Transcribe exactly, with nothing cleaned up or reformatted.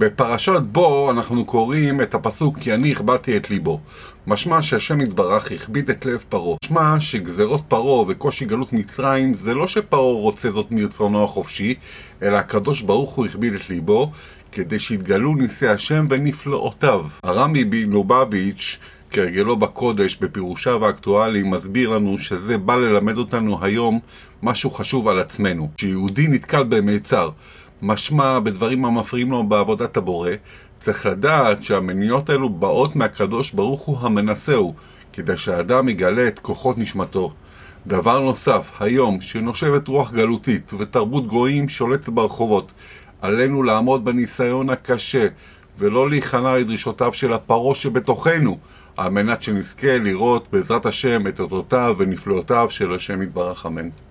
בפרשת בו אנחנו קוראים את הפסוק כי אני הכבדתי את ליבו. משמע שהשם יתברך הכביד את לב פרעה. משמע שגזרות פרעה וקושי גלות מצרים זה לא שפרעה רוצה זאת מרצונו החופשי, אלא הקדוש ברוך הוא הכביד את ליבו כדי שיתגלו ניסי השם ונפלאותיו. הרמי מלובביץ' כרגלו בקודש בפירושיו האקטואליים מסביר לנו שזה בא ללמד אותנו היום משהו חשוב על עצמנו. שיהודי נתקל במיצר, משמע בדברים המפריעים לו בעבודת הבורא, צריך לדעת שהמניעות האלו באות מהקדוש ברוך הוא המנסהו, כדי שהאדם יגלה את כוחות נשמתו. דבר נוסף, היום שנושבת רוח גלותית ותרבות גויים שולטת ברחובות, עלינו לעמוד בניסיון הקשה ולא להיכנע לדרישותיו של הפרעה שבתוכנו, על מנת שנזכה לראות בעזרת השם את אותותיו ונפלאותיו של השם יתברך, אמן.